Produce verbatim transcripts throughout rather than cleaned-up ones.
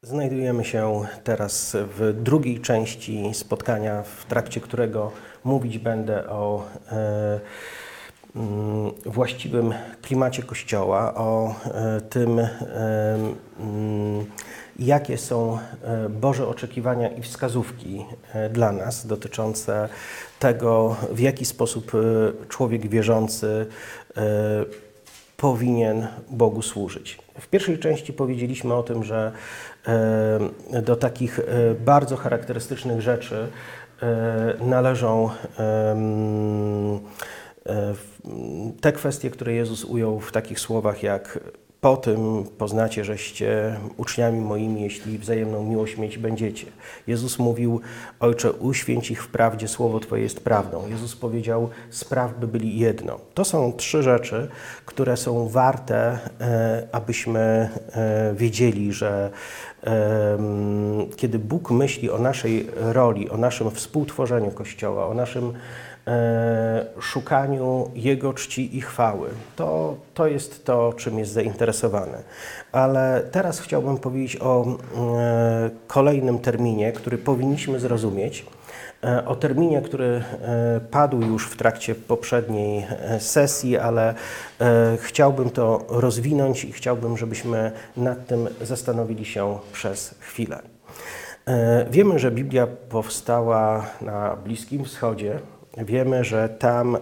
Znajdujemy się teraz w drugiej części spotkania, w trakcie którego mówić będę o e, m, właściwym klimacie Kościoła, o e, tym, e, m, jakie są e, Boże oczekiwania i wskazówki e, dla nas dotyczące tego, w jaki sposób e, człowiek wierzący e, powinien Bogu służyć. W pierwszej części powiedzieliśmy o tym, że e, do takich e, bardzo charakterystycznych rzeczy e, należą e, e, te kwestie, które Jezus ujął w takich słowach jak: po tym poznacie, żeście uczniami moimi, jeśli wzajemną miłość mieć będziecie. Jezus mówił: Ojcze, uświęć ich w prawdzie, słowo Twoje jest prawdą. Jezus powiedział: spraw, by byli jedno. To są trzy rzeczy, które są warte, e, abyśmy e, wiedzieli, że e, kiedy Bóg myśli o naszej roli, o naszym współtworzeniu Kościoła, o naszym E, szukaniu Jego czci i chwały. To, to jest to, czym jest zainteresowany. Ale teraz chciałbym powiedzieć o e, kolejnym terminie, który powinniśmy zrozumieć. E, o terminie, który e, padł już w trakcie poprzedniej e, sesji, ale e, chciałbym to rozwinąć i chciałbym, żebyśmy nad tym zastanowili się przez chwilę. E, wiemy, że Biblia powstała na Bliskim Wschodzie. Wiemy, że tam e,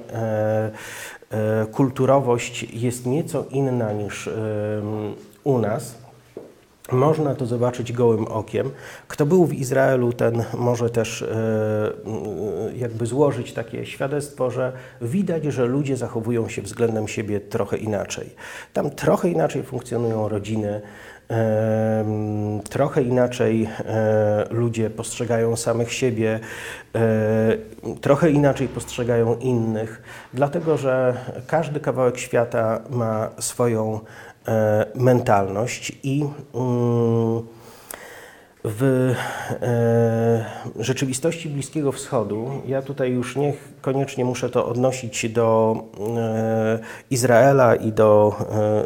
e, kulturowość jest nieco inna niż e, u nas. Można to zobaczyć gołym okiem. Kto był w Izraelu, ten może też e, jakby złożyć takie świadectwo, że widać, że ludzie zachowują się względem siebie trochę inaczej. Tam trochę inaczej funkcjonują rodziny. E, trochę inaczej e, ludzie postrzegają samych siebie, e, trochę inaczej postrzegają innych, dlatego że każdy kawałek świata ma swoją e, mentalność i mm, w e, rzeczywistości Bliskiego Wschodu, ja tutaj już niekoniecznie muszę to odnosić do e, Izraela i do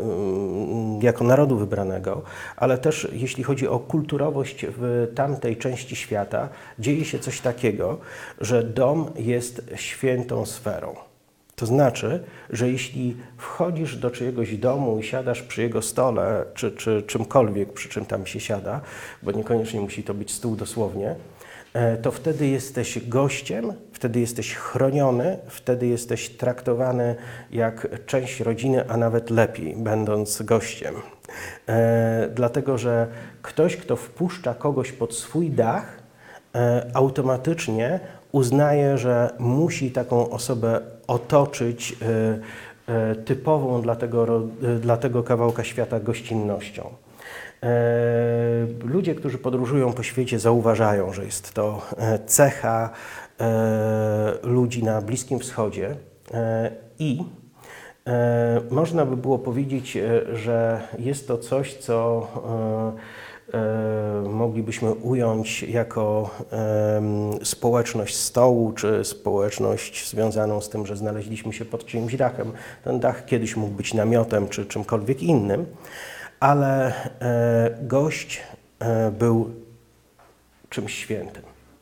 e, jako narodu wybranego, ale też jeśli chodzi o kulturowość w tamtej części świata, dzieje się coś takiego, że dom jest świętą sferą. To znaczy, że jeśli wchodzisz do czyjegoś domu i siadasz przy jego stole, czy, czy czymkolwiek, przy czym tam się siada, bo niekoniecznie musi to być stół dosłownie, to wtedy jesteś gościem, wtedy jesteś chroniony, wtedy jesteś traktowany jak część rodziny, a nawet lepiej, będąc gościem. E, dlatego, że ktoś, kto wpuszcza kogoś pod swój dach, e, automatycznie uznaje, że musi taką osobę otoczyć e, e, typową dla tego, e, dla tego kawałka świata gościnnością. E, ludzie, którzy podróżują po świecie, zauważają, że jest to cecha e, ludzi na Bliskim Wschodzie e, i e, można by było powiedzieć, e, że jest to coś, co e, e, moglibyśmy ująć jako e, społeczność stołu, czy społeczność związaną z tym, że znaleźliśmy się pod czyimś dachem. Ten dach kiedyś mógł być namiotem, czy czymkolwiek innym. Ale e, gość e, był czymś świętym.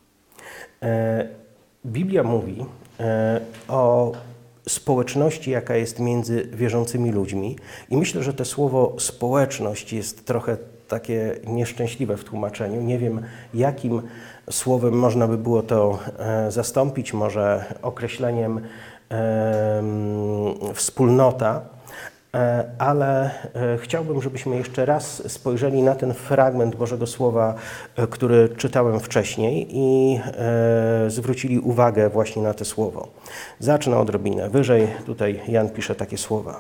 E, Biblia mówi e, o społeczności, jaka jest między wierzącymi ludźmi, i myślę, że to słowo społeczność jest trochę takie nieszczęśliwe w tłumaczeniu. Nie wiem, jakim słowem można by było to e, zastąpić, może określeniem e, wspólnota. Ale chciałbym, żebyśmy jeszcze raz spojrzeli na ten fragment Bożego Słowa, który czytałem wcześniej, i zwrócili uwagę właśnie na to słowo. Zacznę odrobinę wyżej. Tutaj Jan pisze takie słowa.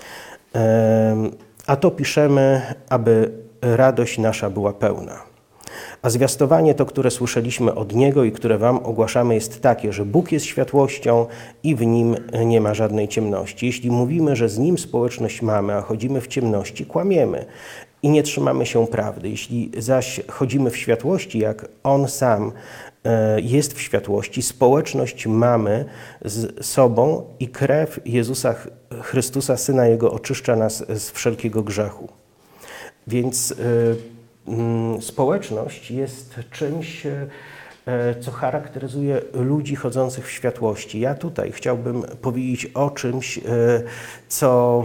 A to piszemy, aby radość nasza była pełna. A zwiastowanie to, które słyszeliśmy od Niego i które wam ogłaszamy, jest takie, że Bóg jest światłością i w Nim nie ma żadnej ciemności. Jeśli mówimy, że z Nim społeczność mamy, a chodzimy w ciemności, kłamiemy i nie trzymamy się prawdy. Jeśli zaś chodzimy w światłości, jak On sam jest w światłości, społeczność mamy z sobą i krew Jezusa Chrystusa, Syna Jego, oczyszcza nas z wszelkiego grzechu. Więc społeczność jest czymś, co charakteryzuje ludzi chodzących w światłości. Ja tutaj chciałbym powiedzieć o czymś, co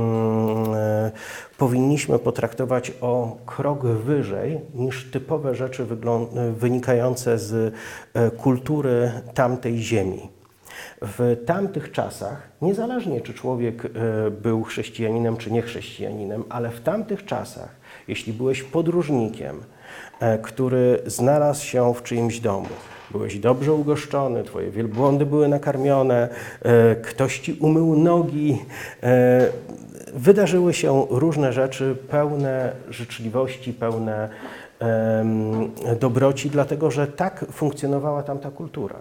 powinniśmy potraktować o krok wyżej niż typowe rzeczy wynikające z kultury tamtej ziemi. W tamtych czasach, niezależnie czy człowiek był chrześcijaninem czy niechrześcijaninem, ale w tamtych czasach, jeśli byłeś podróżnikiem, który znalazł się w czyimś domu, byłeś dobrze ugoszczony, twoje wielbłądy były nakarmione, ktoś ci umył nogi, wydarzyły się różne rzeczy pełne życzliwości, pełne dobroci, dlatego że tak funkcjonowała tamta kultura.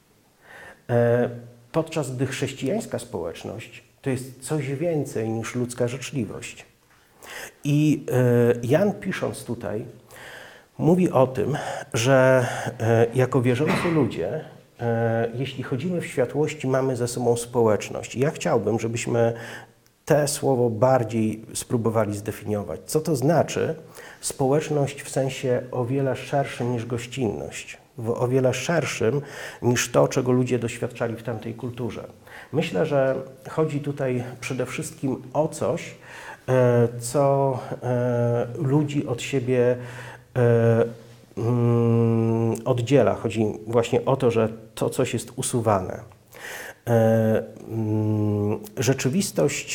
Podczas gdy chrześcijańska społeczność to jest coś więcej niż ludzka życzliwość. I Jan, pisząc tutaj, mówi o tym, że jako wierzący ludzie, jeśli chodzimy w światłości, mamy ze sobą społeczność. I ja chciałbym, żebyśmy te słowo bardziej spróbowali zdefiniować. Co to znaczy społeczność w sensie o wiele szerszym niż gościnność, o wiele szerszym niż to, czego ludzie doświadczali w tamtej kulturze. Myślę, że chodzi tutaj przede wszystkim o coś, co ludzi od siebie oddziela. Chodzi właśnie o to, że to coś jest usuwane. Rzeczywistość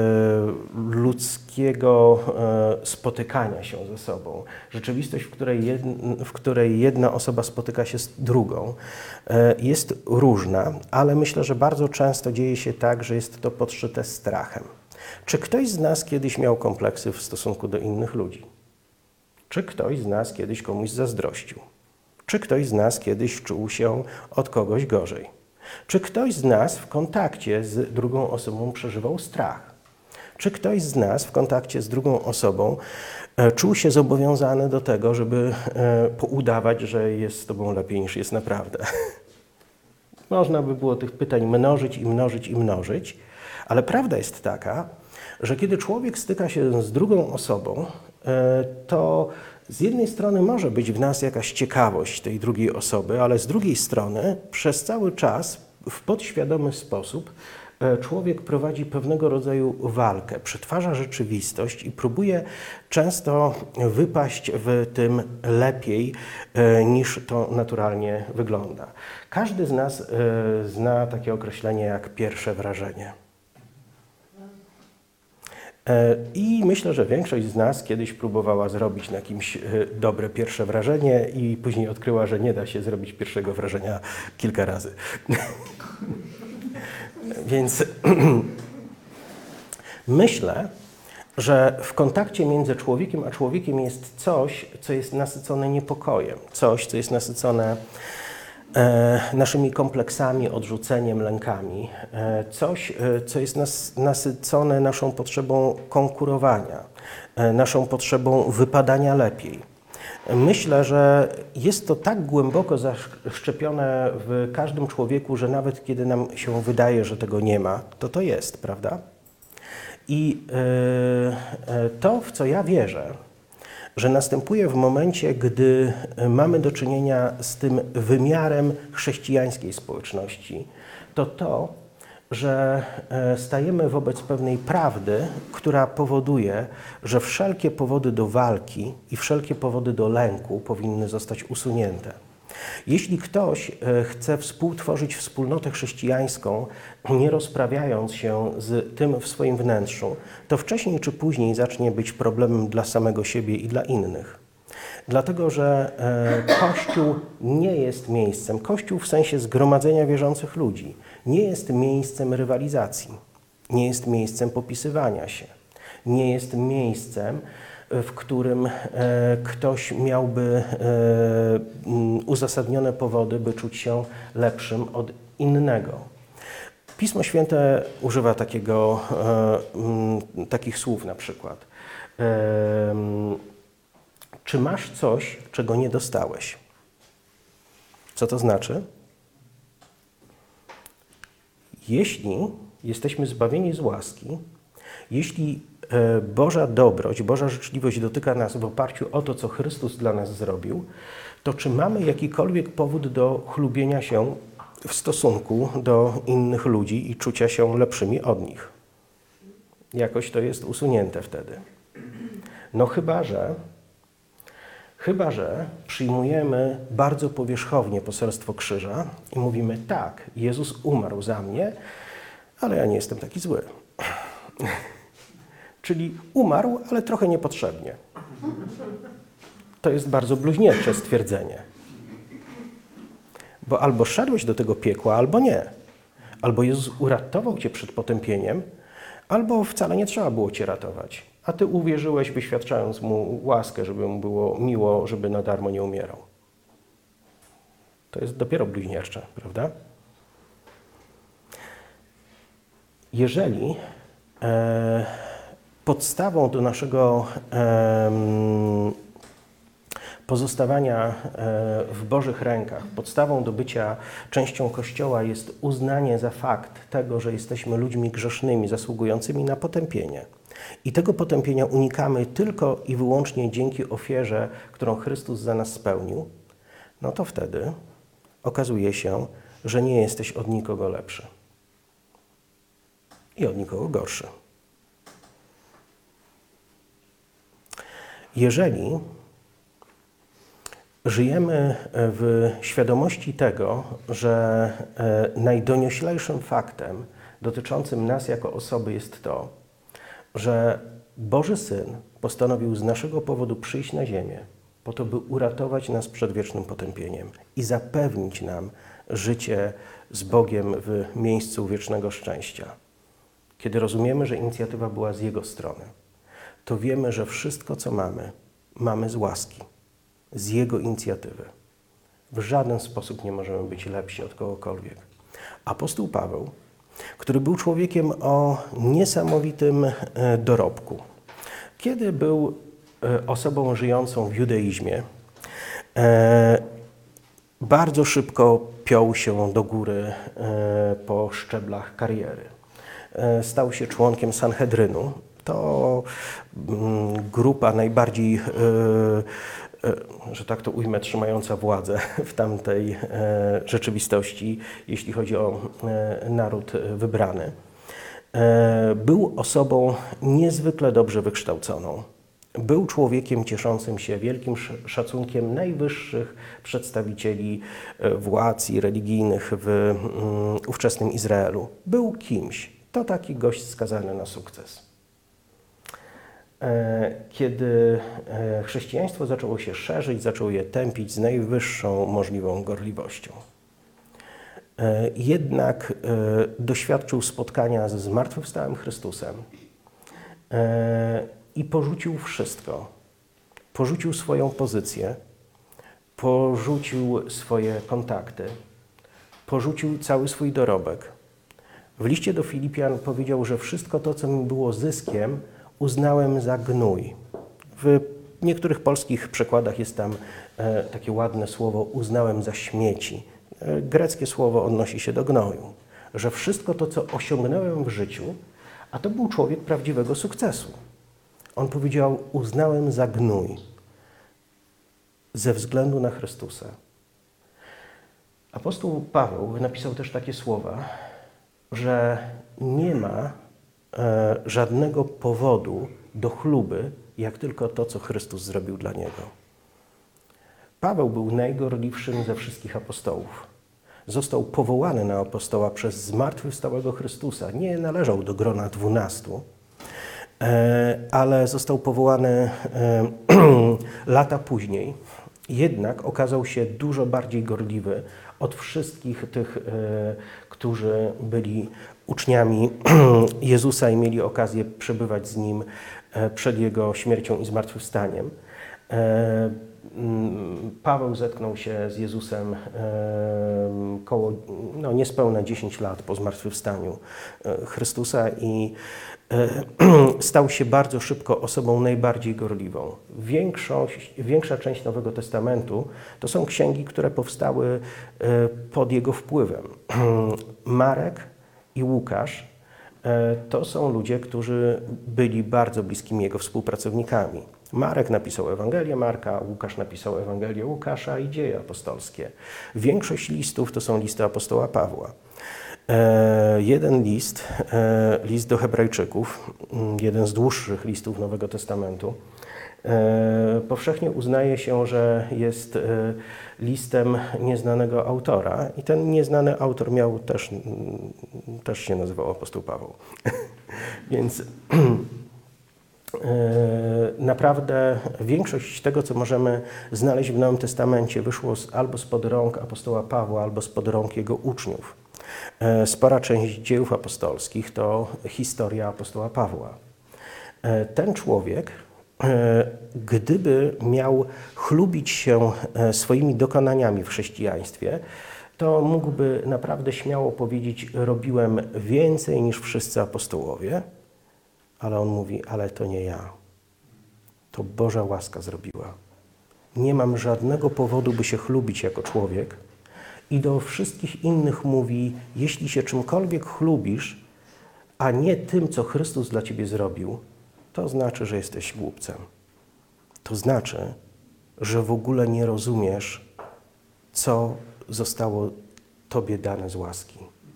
ludzkiego spotykania się ze sobą, rzeczywistość, w której, jedna, w której jedna osoba spotyka się z drugą, jest różna, ale myślę, że bardzo często dzieje się tak, że jest to podszyte strachem. Czy ktoś z nas kiedyś miał kompleksy w stosunku do innych ludzi? Czy ktoś z nas kiedyś komuś zazdrościł? Czy ktoś z nas kiedyś czuł się od kogoś gorzej? Czy ktoś z nas w kontakcie z drugą osobą przeżywał strach? Czy ktoś z nas w kontakcie z drugą osobą e, czuł się zobowiązany do tego, żeby e, poudawać, że jest z tobą lepiej niż jest naprawdę? Można by było tych pytań mnożyć i mnożyć i mnożyć, ale prawda jest taka, że kiedy człowiek styka się z drugą osobą, e, to z jednej strony może być w nas jakaś ciekawość tej drugiej osoby, ale z drugiej strony przez cały czas w podświadomy sposób człowiek prowadzi pewnego rodzaju walkę, przetwarza rzeczywistość i próbuje często wypaść w tym lepiej niż to naturalnie wygląda. Każdy z nas zna takie określenie jak pierwsze wrażenie. I myślę, że większość z nas kiedyś próbowała zrobić na kimś dobre pierwsze wrażenie i później odkryła, że nie da się zrobić pierwszego wrażenia kilka razy. Więc myślę, że w kontakcie między człowiekiem a człowiekiem jest coś, co jest nasycone niepokojem, coś, co jest nasycone E, naszymi kompleksami, odrzuceniem, lękami. E, coś, e, co jest nas, nasycone naszą potrzebą konkurowania, e, naszą potrzebą wypadania lepiej. Myślę, że jest to tak głęboko zaszczepione w każdym człowieku, że nawet kiedy nam się wydaje, że tego nie ma, to to jest, prawda? I e, e, to, w co ja wierzę, że następuje w momencie, gdy mamy do czynienia z tym wymiarem chrześcijańskiej społeczności, to to, że stajemy wobec pewnej prawdy, która powoduje, że wszelkie powody do walki i wszelkie powody do lęku powinny zostać usunięte. Jeśli ktoś chce współtworzyć wspólnotę chrześcijańską, nie rozprawiając się z tym w swoim wnętrzu, to wcześniej czy później zacznie być problemem dla samego siebie i dla innych. Dlatego, że Kościół nie jest miejscem, Kościół w sensie zgromadzenia wierzących ludzi, nie jest miejscem rywalizacji, nie jest miejscem popisywania się, nie jest miejscem, w którym e, ktoś miałby e, uzasadnione powody, by czuć się lepszym od innego. Pismo Święte używa takiego, e, takich słów na przykład. E, czy masz coś, czego nie dostałeś? Co to znaczy? Jeśli jesteśmy zbawieni z łaski, Jeśli Boża dobroć, Boża życzliwość dotyka nas w oparciu o to, co Chrystus dla nas zrobił, to czy mamy jakikolwiek powód do chlubienia się w stosunku do innych ludzi i czucia się lepszymi od nich? Jakoś to jest usunięte wtedy. No chyba, że Chyba że przyjmujemy bardzo powierzchownie poselstwo krzyża i mówimy tak, Jezus umarł za mnie, ale ja nie jestem taki zły. Czyli umarł, ale trochę niepotrzebnie. To jest bardzo bluźniercze stwierdzenie. Bo albo szedłeś do tego piekła, albo nie. Albo Jezus uratował cię przed potępieniem, albo wcale nie trzeba było cię ratować. A ty uwierzyłeś, wyświadczając mu łaskę, żeby mu było miło, żeby na darmo nie umierał. To jest dopiero bluźniercze, prawda? Jeżeli e, podstawą do naszego e, pozostawania w Bożych rękach, podstawą do bycia częścią Kościoła jest uznanie za fakt tego, że jesteśmy ludźmi grzesznymi, zasługującymi na potępienie. I tego potępienia unikamy tylko i wyłącznie dzięki ofierze, którą Chrystus za nas spełnił, no to wtedy okazuje się, że nie jesteś od nikogo lepszy i od nikogo gorszy. Jeżeli żyjemy w świadomości tego, że najdonioślejszym faktem dotyczącym nas jako osoby jest to, że Boży Syn postanowił z naszego powodu przyjść na ziemię po to, by uratować nas przed wiecznym potępieniem i zapewnić nam życie z Bogiem w miejscu wiecznego szczęścia. Kiedy rozumiemy, że inicjatywa była z Jego strony, to wiemy, że wszystko, co mamy, mamy z łaski, z Jego inicjatywy. W żaden sposób nie możemy być lepsi od kogokolwiek. Apostoł Paweł, który był człowiekiem o niesamowitym dorobku, kiedy był osobą żyjącą w judaizmie, bardzo szybko piął się do góry po szczeblach kariery. Stał się członkiem Sanhedrynu. To grupa najbardziej, że tak to ujmę, trzymająca władzę w tamtej rzeczywistości, jeśli chodzi o naród wybrany. Był osobą niezwykle dobrze wykształconą. Był człowiekiem cieszącym się wielkim szacunkiem najwyższych przedstawicieli władz i religijnych w ówczesnym Izraelu. Był kimś. To taki gość skazany na sukces. Kiedy chrześcijaństwo zaczęło się szerzyć, zaczęło je tępić z najwyższą możliwą gorliwością. Jednak doświadczył spotkania ze zmartwychwstałym Chrystusem i porzucił wszystko. Porzucił swoją pozycję, porzucił swoje kontakty, porzucił cały swój dorobek. W liście do Filipian powiedział, że wszystko to, co mi było zyskiem, uznałem za gnój. W niektórych polskich przekładach jest tam e, takie ładne słowo uznałem za śmieci. E, greckie słowo odnosi się do gnoju. Że wszystko to, co osiągnąłem w życiu, a to był człowiek prawdziwego sukcesu. On powiedział, uznałem za gnój ze względu na Chrystusa. Apostoł Paweł napisał też takie słowa, że nie ma e, żadnego powodu do chluby, jak tylko to, co Chrystus zrobił dla niego. Paweł był najgorliwszym ze wszystkich apostołów. Został powołany na apostoła przez zmartwychwstałego Chrystusa. Nie należał do grona dwunastu, e, ale został powołany e, lata później. Jednak okazał się dużo bardziej gorliwy od wszystkich tych, e, którzy byli uczniami Jezusa i mieli okazję przebywać z Nim e, przed Jego śmiercią i zmartwychwstaniem. E, Paweł zetknął się z Jezusem e, koło no, niespełna dziesięć lat po zmartwychwstaniu e, Chrystusa i e, stał się bardzo szybko osobą najbardziej gorliwą. Większość, większa część Nowego Testamentu to są księgi, które powstały e, pod jego wpływem. Marek i Łukasz to są ludzie, którzy byli bardzo bliskimi jego współpracownikami. Marek napisał Ewangelię Marka, Łukasz napisał Ewangelię Łukasza i Dzieje apostolskie. Większość listów to są listy apostoła Pawła. E, jeden list, e, list do Hebrajczyków, jeden z dłuższych listów Nowego Testamentu, e, powszechnie uznaje się, że jest e, listem nieznanego autora i ten nieznany autor miał też, też się nazywał apostoł Paweł. Więc naprawdę większość tego, co możemy znaleźć w Nowym Testamencie, wyszło z, albo spod rąk apostoła Pawła, albo spod rąk jego uczniów. Spora część dziejów apostolskich to historia apostoła Pawła. Ten człowiek, gdyby miał chlubić się swoimi dokonaniami w chrześcijaństwie, to mógłby naprawdę śmiało powiedzieć: robiłem więcej niż wszyscy apostołowie. Ale on mówi: ale to nie ja. To Boża łaska zrobiła. Nie mam żadnego powodu, by się chlubić jako człowiek. I do wszystkich innych mówi: jeśli się czymkolwiek chlubisz, a nie tym, co Chrystus dla ciebie zrobił, to znaczy, że jesteś głupcem. To znaczy, że w ogóle nie rozumiesz, co zostało tobie dane z łaski.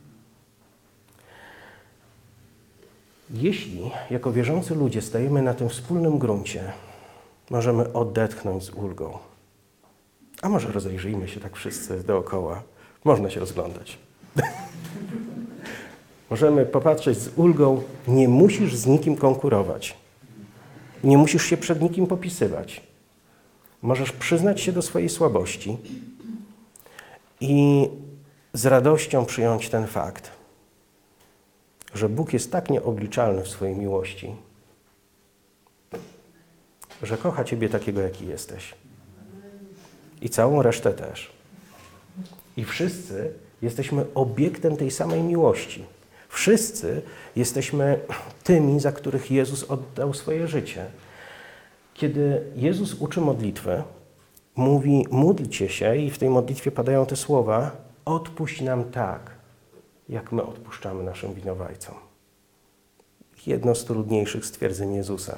Jeśli jako wierzący ludzie stajemy na tym wspólnym gruncie, możemy odetchnąć z ulgą. A może rozejrzyjmy się tak wszyscy dookoła. Można się rozglądać. Możemy popatrzeć z ulgą. Nie musisz z nikim konkurować. Nie musisz się przed nikim popisywać. Możesz przyznać się do swojej słabości i z radością przyjąć ten fakt, że Bóg jest tak nieobliczalny w swojej miłości, że kocha ciebie takiego, jaki jesteś. I całą resztę też. I wszyscy jesteśmy obiektem tej samej miłości. Wszyscy jesteśmy tymi, za których Jezus oddał swoje życie. Kiedy Jezus uczy modlitwy, mówi: módlcie się, i w tej modlitwie padają te słowa: odpuść nam tak, jak my odpuszczamy naszym winowajcom. Jedno z trudniejszych stwierdzeń Jezusa.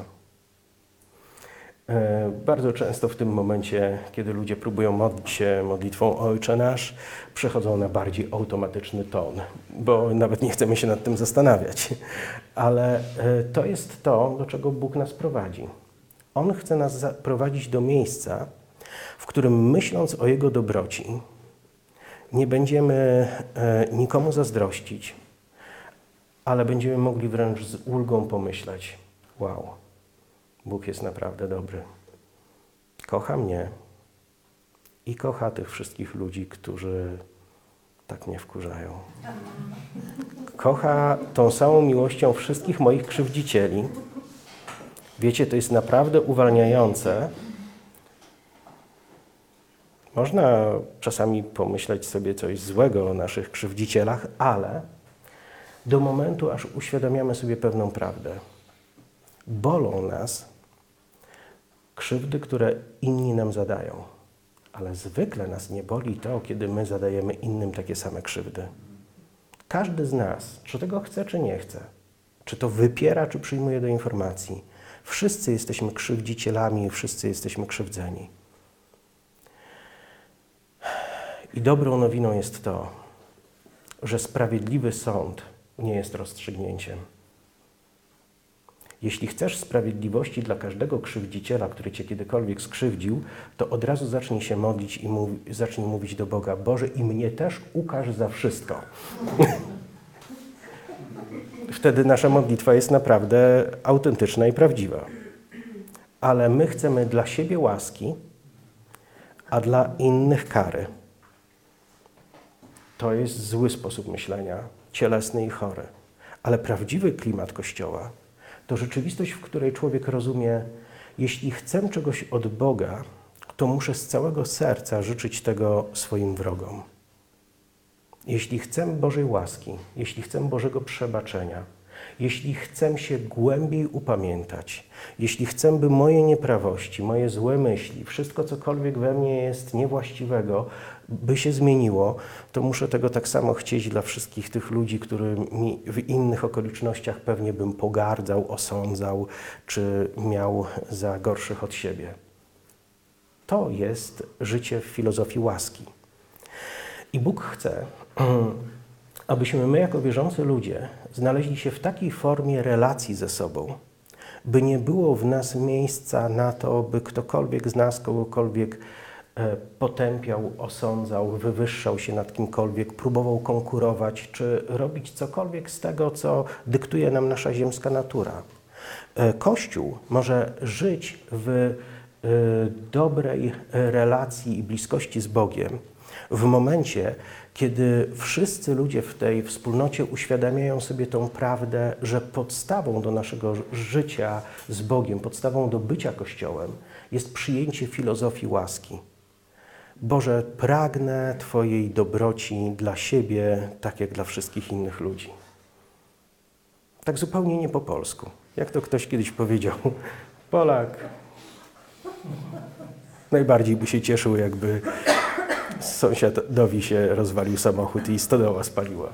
E, bardzo często w tym momencie, kiedy ludzie próbują modlić się modlitwą Ojcze Nasz, przechodzą na bardziej automatyczny ton, bo nawet nie chcemy się nad tym zastanawiać. Ale e, to jest to, do czego Bóg nas prowadzi. On chce nas zaprowadzić do miejsca, w którym, myśląc o Jego dobroci, nie będziemy e, nikomu zazdrościć, ale będziemy mogli wręcz z ulgą pomyśleć: wow, Bóg jest naprawdę dobry. Kocha mnie i kocha tych wszystkich ludzi, którzy tak mnie wkurzają. Kocha tą samą miłością wszystkich moich krzywdzicieli. Wiecie, to jest naprawdę uwalniające. Można czasami pomyśleć sobie coś złego o naszych krzywdzicielach, ale do momentu, aż uświadamiamy sobie pewną prawdę. Bolą nas krzywdy, które inni nam zadają, ale zwykle nas nie boli to, kiedy my zadajemy innym takie same krzywdy. Każdy z nas, czy tego chce, czy nie chce, czy to wypiera, czy przyjmuje do informacji, wszyscy jesteśmy krzywdzicielami i wszyscy jesteśmy krzywdzeni. I dobrą nowiną jest to, że sprawiedliwy sąd nie jest rozstrzygnięciem. Jeśli chcesz sprawiedliwości dla każdego krzywdziciela, który cię kiedykolwiek skrzywdził, to od razu zacznij się modlić i mów, zacznij mówić do Boga: Boże, i mnie też ukarz za wszystko. Wtedy nasza modlitwa jest naprawdę autentyczna i prawdziwa. Ale my chcemy dla siebie łaski, a dla innych kary. To jest zły sposób myślenia, cielesny i chory. Ale prawdziwy klimat Kościoła to rzeczywistość, w której człowiek rozumie: jeśli chcę czegoś od Boga, to muszę z całego serca życzyć tego swoim wrogom. Jeśli chcę Bożej łaski, jeśli chcę Bożego przebaczenia, jeśli chcę się głębiej upamiętać, jeśli chcę, by moje nieprawości, moje złe myśli, wszystko cokolwiek we mnie jest niewłaściwego, by się zmieniło, to muszę tego tak samo chcieć dla wszystkich tych ludzi, którymi w innych okolicznościach pewnie bym pogardzał, osądzał, czy miał za gorszych od siebie. To jest życie w filozofii łaski. I Bóg chce, abyśmy my jako wierzący ludzie znaleźli się w takiej formie relacji ze sobą, by nie było w nas miejsca na to, by ktokolwiek z nas kogokolwiek potępiał, osądzał, wywyższał się nad kimkolwiek, próbował konkurować, czy robić cokolwiek z tego, co dyktuje nam nasza ziemska natura. Kościół może żyć w dobrej relacji i bliskości z Bogiem w momencie, kiedy wszyscy ludzie w tej wspólnocie uświadamiają sobie tą prawdę, że podstawą do naszego życia z Bogiem, podstawą do bycia Kościołem jest przyjęcie filozofii łaski. Boże, pragnę Twojej dobroci dla siebie, tak jak dla wszystkich innych ludzi. Tak zupełnie nie po polsku. Jak to ktoś kiedyś powiedział, Polak najbardziej by się cieszył, jakby sąsiadowi się rozwalił samochód i stodoła spaliła.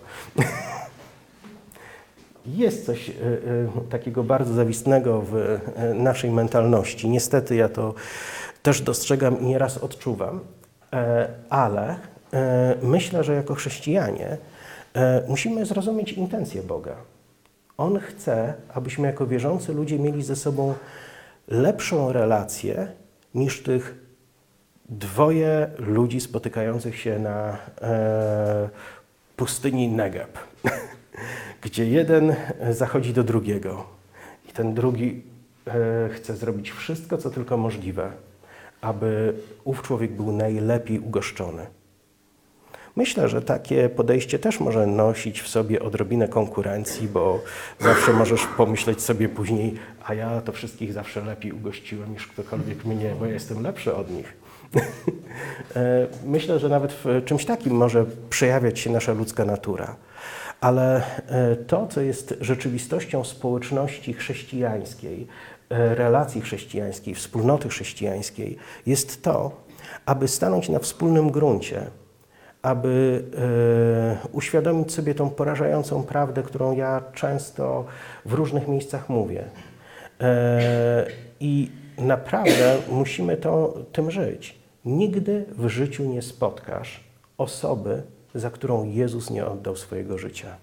Jest coś y, y, takiego bardzo zawistnego w y, naszej mentalności. Niestety ja to też dostrzegam i nieraz odczuwam, y, ale y, myślę, że jako chrześcijanie y, musimy zrozumieć intencję Boga. On chce, abyśmy jako wierzący ludzie mieli ze sobą lepszą relację niż tych dwoje ludzi spotykających się na e, pustyni Negeb, gdzie jeden zachodzi do drugiego i ten drugi e, chce zrobić wszystko, co tylko możliwe, aby ów człowiek był najlepiej ugoszczony. Myślę, że takie podejście też może nosić w sobie odrobinę konkurencji, bo zawsze możesz pomyśleć sobie później, a ja to wszystkich zawsze lepiej ugościłem niż ktokolwiek mnie, bo ja jestem lepszy od nich. Myślę, że nawet w czymś takim może przejawiać się nasza ludzka natura. Ale to, co jest rzeczywistością społeczności chrześcijańskiej, relacji chrześcijańskiej, wspólnoty chrześcijańskiej, jest to, aby stanąć na wspólnym gruncie, aby e, uświadomić sobie tą porażającą prawdę, którą ja często w różnych miejscach mówię. E, I naprawdę musimy to, tym żyć. Nigdy w życiu nie spotkasz osoby, za którą Jezus nie oddał swojego życia.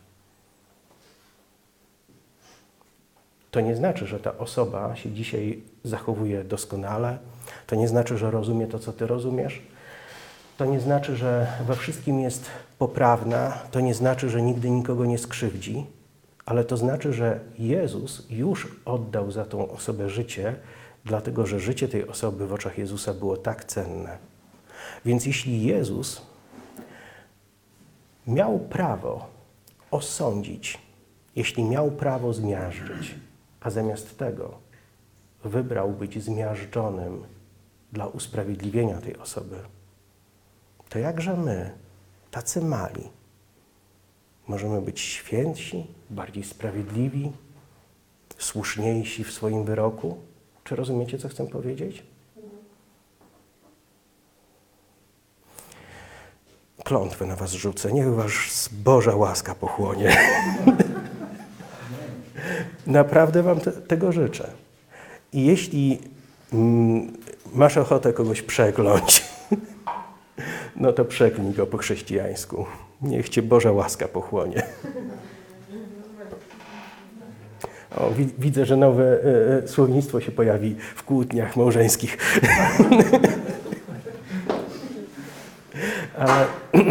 To nie znaczy, że ta osoba się dzisiaj zachowuje doskonale. To nie znaczy, że rozumie to, co ty rozumiesz. To nie znaczy, że we wszystkim jest poprawna. To nie znaczy, że nigdy nikogo nie skrzywdzi. Ale to znaczy, że Jezus już oddał za tą osobę życie, dlatego że życie tej osoby w oczach Jezusa było tak cenne. Więc jeśli Jezus miał prawo osądzić, jeśli miał prawo zmiażdżyć, a zamiast tego wybrał być zmiażdżonym dla usprawiedliwienia tej osoby, to jakże my, tacy mali, możemy być świętsi, bardziej sprawiedliwi, słuszniejsi w swoim wyroku? Czy rozumiecie, co chcę powiedzieć? Klątwę na was rzucę. Niech was Boża łaska pochłonie. Naprawdę wam te, tego życzę. I jeśli mm, masz ochotę kogoś przekląć, no to przeklnij go po chrześcijańsku. Niech cię Boża łaska pochłonie. O, wi- widzę, że nowe e, słownictwo się pojawi w kłótniach małżeńskich. Ale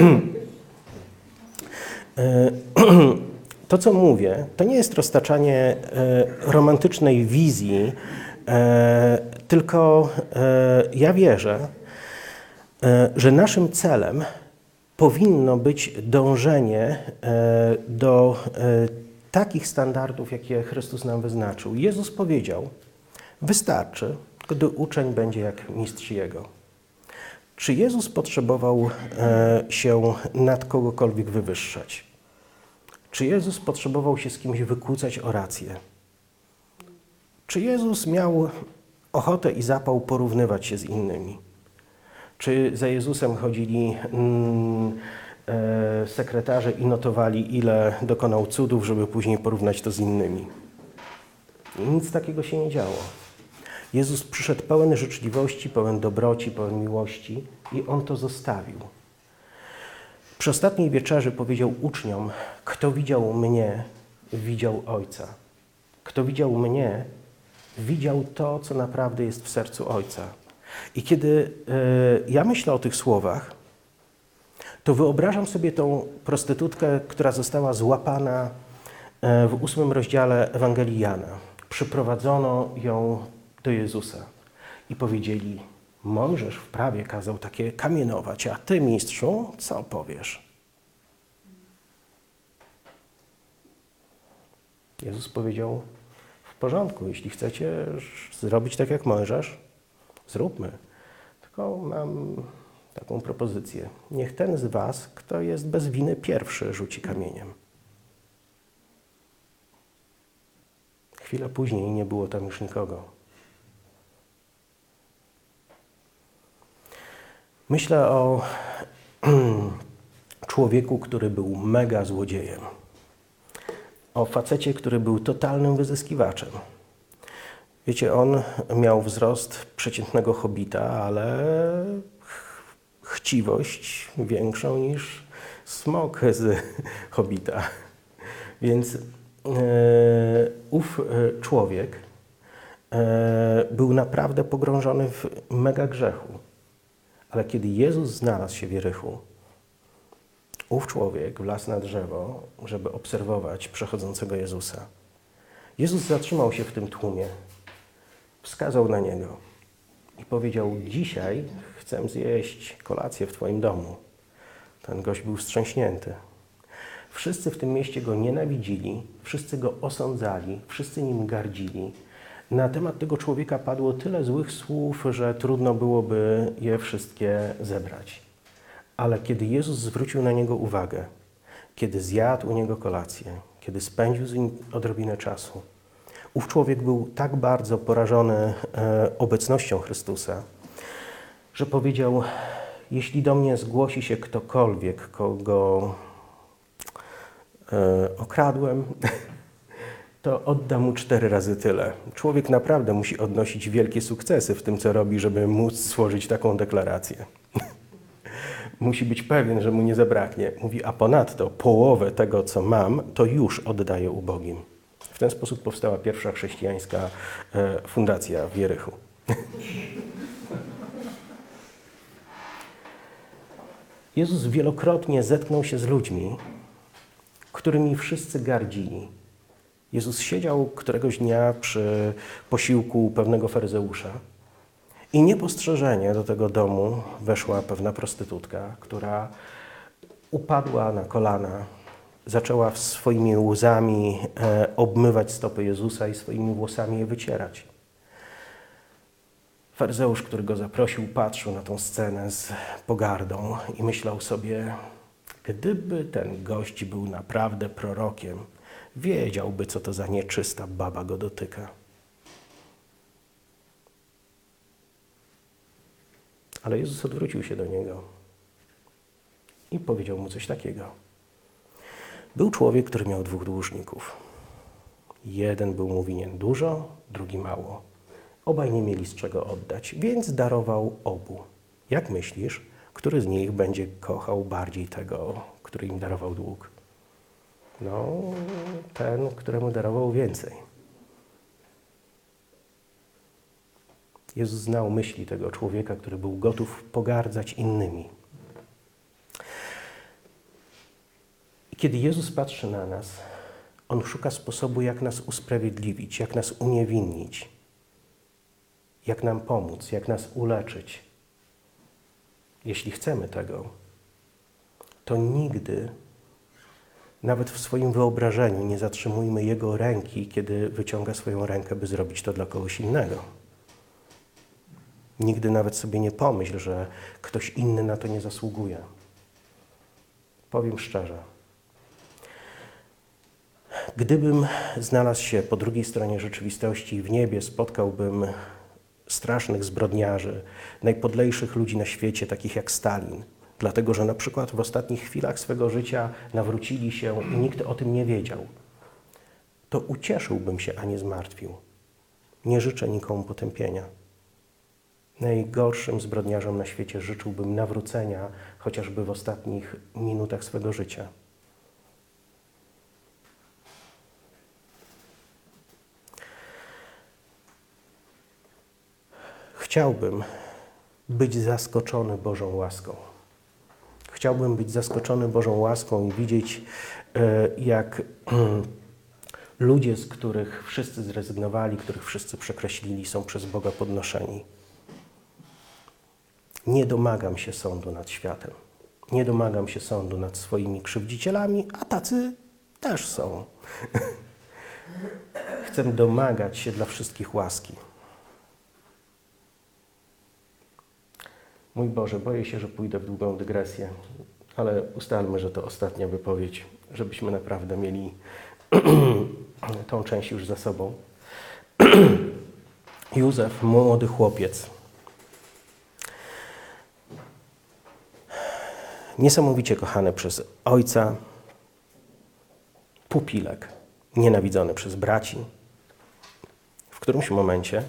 e, to, co mówię, to nie jest roztaczanie e, romantycznej wizji, e, tylko e, ja wierzę, e, że naszym celem powinno być dążenie e, do e, takich standardów, jakie Chrystus nam wyznaczył. Jezus powiedział, wystarczy, gdy uczeń będzie jak mistrz jego. Czy Jezus potrzebował e, się nad kogokolwiek wywyższać? Czy Jezus potrzebował się z kimś wykłócać o rację? Czy Jezus miał ochotę i zapał porównywać się z innymi? Czy za Jezusem chodzili mm, e, sekretarze i notowali, ile dokonał cudów, żeby później porównać to z innymi? I nic takiego się nie działo. Jezus przyszedł pełen życzliwości, pełen dobroci, pełen miłości i On to zostawił. Przy ostatniej wieczerzy powiedział uczniom, kto widział mnie, widział Ojca. Kto widział mnie, widział to, co naprawdę jest w sercu Ojca. I kiedy y, ja myślę o tych słowach, to wyobrażam sobie tą prostytutkę, która została złapana y, w ósmym rozdziale Ewangelii Jana. Przyprowadzono ją do Jezusa i powiedzieli, Mojżesz w prawie kazał takie kamienować, a ty, mistrzu, co powiesz? Jezus powiedział, w porządku, jeśli chcecie zrobić tak jak Mojżesz, zróbmy. Tylko mam taką propozycję. Niech ten z was, kto jest bez winy pierwszy, rzuci kamieniem. Chwilę później nie było tam już nikogo. Myślę o człowieku, który był mega złodziejem. O facecie, który był totalnym wyzyskiwaczem. Wiecie, on miał wzrost przeciętnego hobita, ale chciwość większą niż smok z hobita. Więc e, ów człowiek e, był naprawdę pogrążony w mega grzechu. Ale kiedy Jezus znalazł się w Jerichu, ów człowiek wlazł na drzewo, żeby obserwować przechodzącego Jezusa. Jezus zatrzymał się w tym tłumie, wskazał na niego i powiedział, dzisiaj chcę zjeść kolację w twoim domu. Ten gość był wstrząśnięty. Wszyscy w tym mieście go nienawidzili, wszyscy go osądzali, wszyscy nim gardzili. Na temat tego człowieka padło tyle złych słów, że trudno byłoby je wszystkie zebrać. Ale kiedy Jezus zwrócił na niego uwagę, kiedy zjadł u niego kolację, kiedy spędził z nim odrobinę czasu, ów człowiek był tak bardzo porażony e, obecnością Chrystusa, że powiedział, jeśli do mnie zgłosi się ktokolwiek, kogo e, okradłem, to oddam mu cztery razy tyle. Człowiek naprawdę musi odnosić wielkie sukcesy w tym, co robi, żeby móc złożyć taką deklarację. Musi być pewien, że mu nie zabraknie. Mówi, a ponadto połowę tego, co mam, to już oddaję ubogim. W ten sposób powstała pierwsza chrześcijańska e, fundacja w Jerichu. Jezus wielokrotnie zetknął się z ludźmi, którymi wszyscy gardzili. Jezus siedział któregoś dnia przy posiłku pewnego faryzeusza i niepostrzeżenie do tego domu weszła pewna prostytutka, która upadła na kolana, zaczęła swoimi łzami e, obmywać stopy Jezusa i swoimi włosami je wycierać. Faryzeusz, który go zaprosił, patrzył na tą scenę z pogardą i myślał sobie, gdyby ten gość był naprawdę prorokiem, wiedziałby, co to za nieczysta baba go dotyka. Ale Jezus odwrócił się do niego i powiedział mu coś takiego. Był człowiek, który miał dwóch dłużników. Jeden był mu winien dużo, drugi mało. Obaj nie mieli z czego oddać, więc darował obu. Jak myślisz, który z nich będzie kochał bardziej tego, który im darował dług? No, ten, któremu darował więcej. Jezus znał myśli tego człowieka, który był gotów pogardzać innymi. I kiedy Jezus patrzy na nas, On szuka sposobu, jak nas usprawiedliwić, jak nas uniewinnić, jak nam pomóc, jak nas uleczyć. Jeśli chcemy tego, to nigdy, nawet w swoim wyobrażeniu, nie zatrzymujmy Jego ręki, kiedy wyciąga swoją rękę, by zrobić to dla kogoś innego. Nigdy nawet sobie nie pomyśl, że ktoś inny na to nie zasługuje. Powiem szczerze, Gdybym znalazł się po drugiej stronie rzeczywistości w niebie, spotkałbym strasznych zbrodniarzy, najpodlejszych ludzi na świecie, takich jak Stalin, dlatego że na przykład w ostatnich chwilach swego życia nawrócili się i nikt o tym nie wiedział, to ucieszyłbym się, a nie zmartwił. Nie życzę nikomu potępienia. Najgorszym zbrodniarzom na świecie życzyłbym nawrócenia, chociażby w ostatnich minutach swego życia. Chciałbym być zaskoczony Bożą łaską. Chciałbym być zaskoczony Bożą łaską i widzieć, jak ludzie, z których wszyscy zrezygnowali, których wszyscy przekreślili, są przez Boga podnoszeni. Nie domagam się sądu nad światem. Nie domagam się sądu nad swoimi krzywdzicielami, a tacy też są. Chcę domagać się dla wszystkich łaski. Mój Boże, boję się, że pójdę w długą dygresję, ale ustalmy, że to ostatnia wypowiedź, żebyśmy naprawdę mieli tą część już za sobą. Józef, młody chłopiec. Niesamowicie kochany przez ojca, pupilek, nienawidzony przez braci. W którymś momencie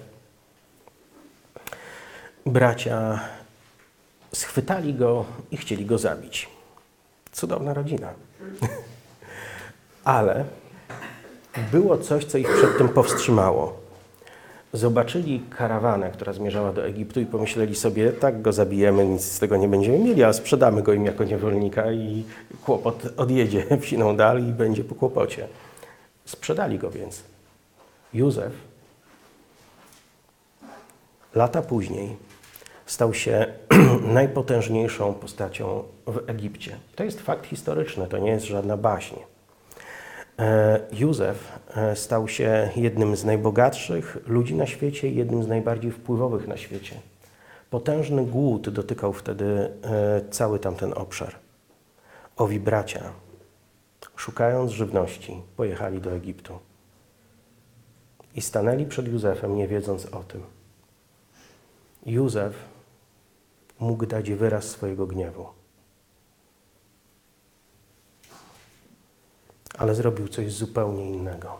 bracia schwytali go i chcieli go zabić. Cudowna rodzina. Ale było coś, co ich przed tym powstrzymało. Zobaczyli karawanę, która zmierzała do Egiptu i pomyśleli sobie, tak go zabijemy, nic z tego nie będziemy mieli, ale sprzedamy go im jako niewolnika i kłopot odjedzie wsiną dal i będzie po kłopocie. Sprzedali go więc. Józef lata później stał się najpotężniejszą postacią w Egipcie. To jest fakt historyczny, to nie jest żadna baśń. Józef stał się jednym z najbogatszych ludzi na świecie i jednym z najbardziej wpływowych na świecie. Potężny głód dotykał wtedy cały tamten obszar. Owi bracia, szukając żywności, pojechali do Egiptu i stanęli przed Józefem, nie wiedząc o tym. Józef mógł dać wyraz swojego gniewu. Ale zrobił coś zupełnie innego.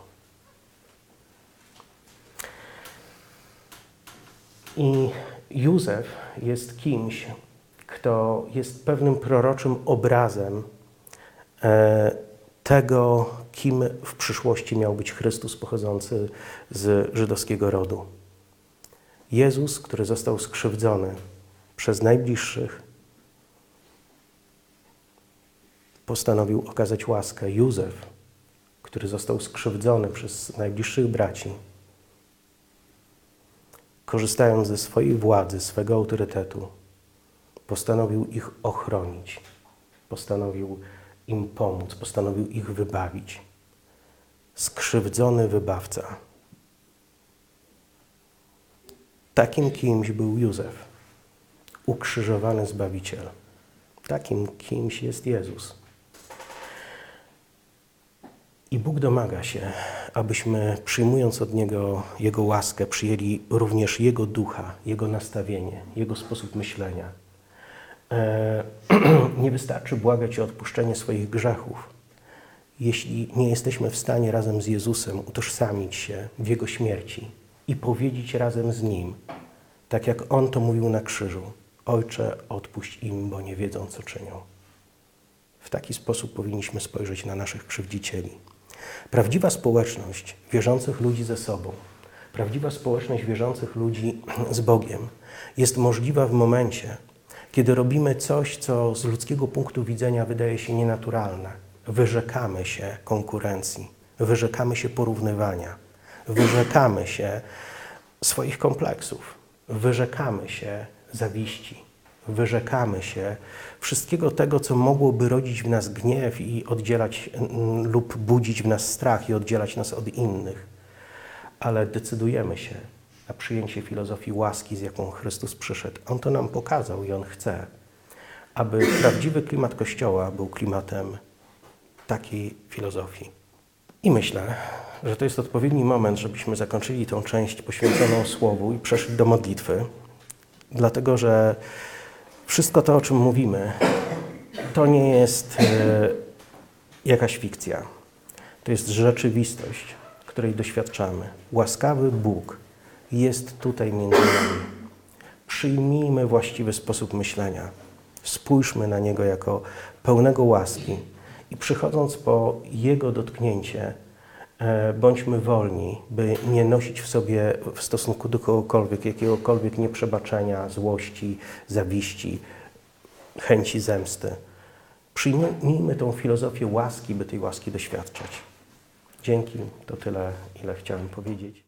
I Józef jest kimś, kto jest pewnym proroczym obrazem e, tego, kim w przyszłości miał być Chrystus pochodzący z żydowskiego rodu. Jezus, który został skrzywdzony przez najbliższych, postanowił okazać łaskę. Józef, który został skrzywdzony przez najbliższych braci, korzystając ze swojej władzy, swego autorytetu, postanowił ich ochronić, postanowił im pomóc, postanowił ich wybawić. Skrzywdzony wybawca. Takim kimś był Józef, ukrzyżowany Zbawiciel. Takim kimś jest Jezus. I Bóg domaga się, abyśmy przyjmując od Niego Jego łaskę, przyjęli również Jego ducha, Jego nastawienie, Jego sposób myślenia. E, nie wystarczy błagać o odpuszczenie swoich grzechów, jeśli nie jesteśmy w stanie razem z Jezusem utożsamić się w Jego śmierci i powiedzieć razem z Nim, tak jak On to mówił na krzyżu: Ojcze, odpuść im, bo nie wiedzą, co czynią. W taki sposób powinniśmy spojrzeć na naszych krzywdzicieli. Prawdziwa społeczność wierzących ludzi ze sobą, prawdziwa społeczność wierzących ludzi z Bogiem jest możliwa w momencie, kiedy robimy coś, co z ludzkiego punktu widzenia wydaje się nienaturalne. Wyrzekamy się konkurencji, wyrzekamy się porównywania, wyrzekamy się swoich kompleksów, wyrzekamy się zawiści, wyrzekamy się wszystkiego tego, co mogłoby rodzić w nas gniew i oddzielać lub budzić w nas strach i oddzielać nas od innych. Ale decydujemy się na przyjęcie filozofii łaski, z jaką Chrystus przyszedł. On to nam pokazał i On chce, aby prawdziwy klimat Kościoła był klimatem takiej filozofii. I myślę, że to jest odpowiedni moment, żebyśmy zakończyli tą część poświęconą Słowu i przeszli do modlitwy, dlatego że wszystko to, o czym mówimy, to nie jest e, jakaś fikcja. To jest rzeczywistość, której doświadczamy. Łaskawy Bóg jest tutaj między nami. Przyjmijmy właściwy sposób myślenia. Spójrzmy na Niego jako pełnego łaski i przychodząc po Jego dotknięcie, e, bądźmy wolni, by nie nosić w sobie w stosunku do kogokolwiek, jakiegokolwiek nieprzebaczenia, złości, zawiści, chęci zemsty. Przyjmijmy tą filozofię łaski, by tej łaski doświadczać. Dzięki, to tyle, ile chciałem powiedzieć.